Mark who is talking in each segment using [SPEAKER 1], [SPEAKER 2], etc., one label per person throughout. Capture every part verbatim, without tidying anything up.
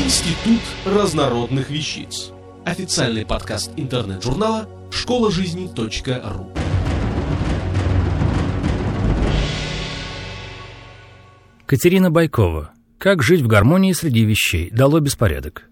[SPEAKER 1] Институт разнородных вещиц. Официальный подкаст интернет-журнала школа жизни точка ру.
[SPEAKER 2] Катерина Байкова. Как жить в гармонии среди вещей? Дало беспорядок.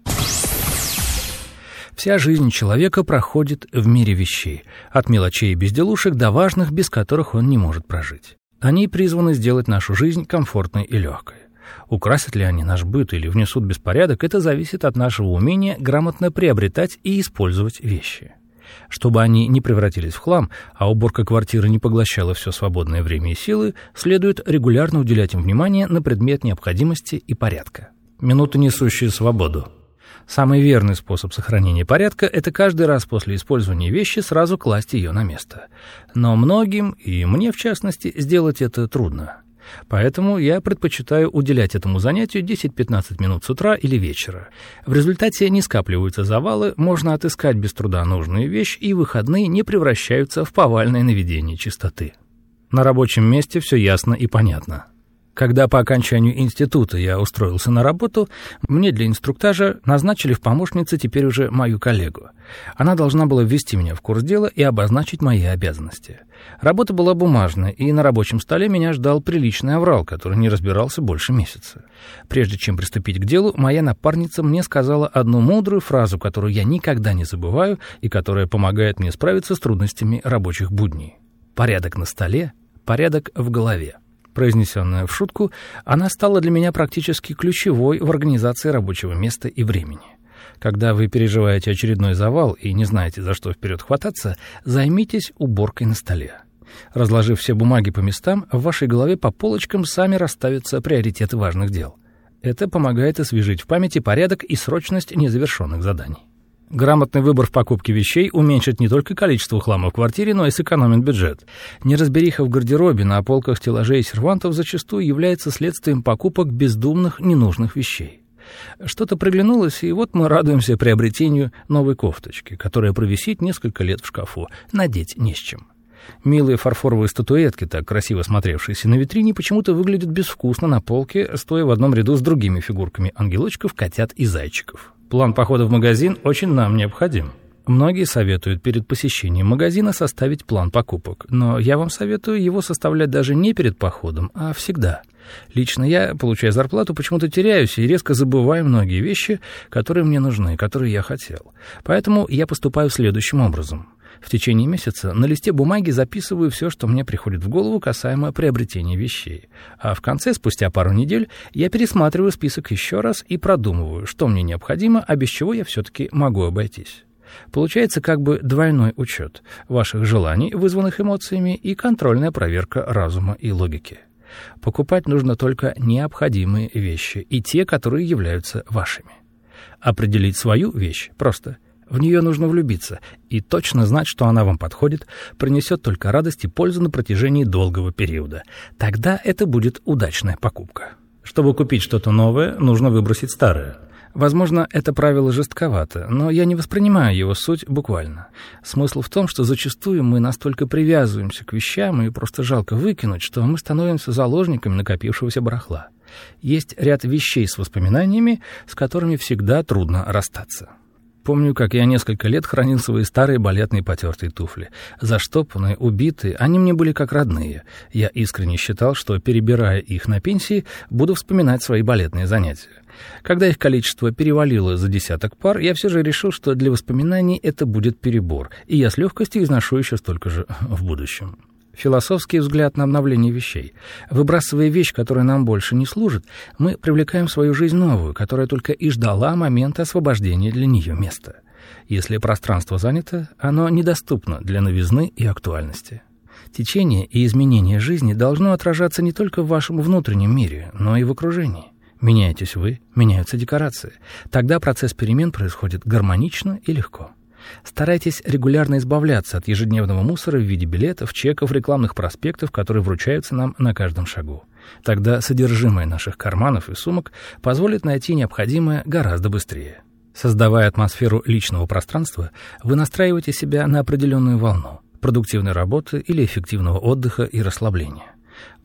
[SPEAKER 2] Вся жизнь человека проходит в мире вещей, от мелочей и безделушек до важных, без которых он не может прожить. Они призваны сделать нашу жизнь комфортной и легкой. Украсят ли они наш быт или внесут беспорядок, это зависит от нашего умения грамотно приобретать и использовать вещи. Чтобы они не превратились в хлам, а уборка квартиры не поглощала все свободное время и силы, следует регулярно уделять им внимание на предмет необходимости и порядка. Минуты, несущие свободу. Самый верный способ сохранения порядка – это каждый раз после использования вещи сразу класть ее на место. Но многим, и мне в частности, сделать это трудно. Поэтому я предпочитаю уделять этому занятию десять-пятнадцать минут с утра или вечера. В результате не скапливаются завалы, можно отыскать без труда нужную вещь, и выходные не превращаются в повальное наведение чистоты. На рабочем месте все ясно и понятно. Когда по окончанию института я устроился на работу, мне для инструктажа назначили в помощнице теперь уже мою коллегу. Она должна была ввести меня в курс дела и обозначить мои обязанности. Работа была бумажная, и на рабочем столе меня ждал приличный аврал, который не разбирался больше месяца. Прежде чем приступить к делу, моя напарница мне сказала одну мудрую фразу, которую я никогда не забываю и которая помогает мне справиться с трудностями рабочих будней. «Порядок на столе, порядок в голове». Произнесенная в шутку, она стала для меня практически ключевой в организации рабочего места и времени. Когда вы переживаете очередной завал и не знаете, за что вперед хвататься, займитесь уборкой на столе. Разложив все бумаги по местам, в вашей голове по полочкам сами расставятся приоритеты важных дел. Это помогает освежить в памяти порядок и срочность незавершенных заданий. Грамотный выбор в покупке вещей уменьшит не только количество хлама в квартире, но и сэкономит бюджет. Неразбериха в гардеробе, на полках стеллажей и сервантов зачастую является следствием покупок бездумных, ненужных вещей. Что-то приглянулось, и вот мы радуемся приобретению новой кофточки, которая провисит несколько лет в шкафу, надеть не с чем. Милые фарфоровые статуэтки, так красиво смотревшиеся на витрине, почему-то выглядят безвкусно на полке, стоя в одном ряду с другими фигурками ангелочков, котят и зайчиков. План похода в магазин очень нам необходим. Многие советуют перед посещением магазина составить план покупок, но я вам советую его составлять даже не перед походом, а всегда. Лично я, получая зарплату, почему-то теряюсь и резко забываю многие вещи, которые мне нужны, которые я хотел. Поэтому я поступаю следующим образом. В течение месяца на листе бумаги записываю все, что мне приходит в голову касаемо приобретения вещей. А в конце, спустя пару недель, я пересматриваю список еще раз и продумываю, что мне необходимо, а без чего я все-таки могу обойтись. Получается как бы двойной учет ваших желаний, вызванных эмоциями, и контрольная проверка разума и логики. Покупать нужно только необходимые вещи и те, которые являются вашими. Определить свою вещь просто – в нее нужно влюбиться и точно знать, что она вам подходит, принесет только радость и пользу на протяжении долгого периода. Тогда это будет удачная покупка. Чтобы купить что-то новое, нужно выбросить старое. Возможно, это правило жестковато, но я не воспринимаю его суть буквально. Смысл в том, что зачастую мы настолько привязываемся к вещам и просто жалко выкинуть, что мы становимся заложниками накопившегося барахла. Есть ряд вещей с воспоминаниями, с которыми всегда трудно расстаться. Помню, как я несколько лет хранил свои старые балетные потертые туфли. Заштопанные, убитые, они мне были как родные. Я искренне считал, что, перебирая их на пенсии, буду вспоминать свои балетные занятия. Когда их количество перевалило за десяток пар, я все же решил, что для воспоминаний это будет перебор, и я с легкостью изношу еще столько же в будущем. Философский взгляд на обновление вещей. Выбрасывая вещь, которая нам больше не служит, мы привлекаем в свою жизнь новую, которая только и ждала момента освобождения для нее места. Если пространство занято, оно недоступно для новизны и актуальности. Течение и изменение жизни должно отражаться не только в вашем внутреннем мире, но и в окружении. Меняетесь вы, меняются декорации. Тогда процесс перемен происходит гармонично и легко. Старайтесь регулярно избавляться от ежедневного мусора в виде билетов, чеков, рекламных проспектов, которые вручаются нам на каждом шагу. Тогда содержимое наших карманов и сумок позволит найти необходимое гораздо быстрее. Создавая атмосферу личного пространства, вы настраиваете себя на определенную волну продуктивной работы или эффективного отдыха и расслабления.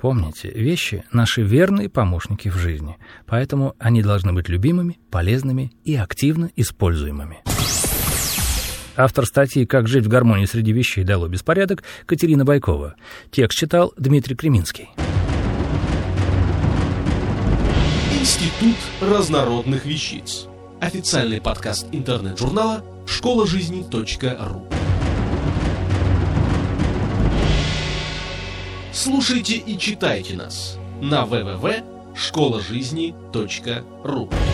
[SPEAKER 2] Помните, вещи — наши верные помощники в жизни, поэтому они должны быть любимыми, полезными и активно используемыми. Автор статьи «Как жить в гармонии среди вещей дало беспорядок» Катерина Байкова. Текст читал Дмитрий Креминский.
[SPEAKER 1] Институт разнородных вещиц. Официальный подкаст интернет-журнала школа жизни точка ру. Слушайте и читайте нас на дабл ю дабл ю дабл ю точка школа жизни точка ру.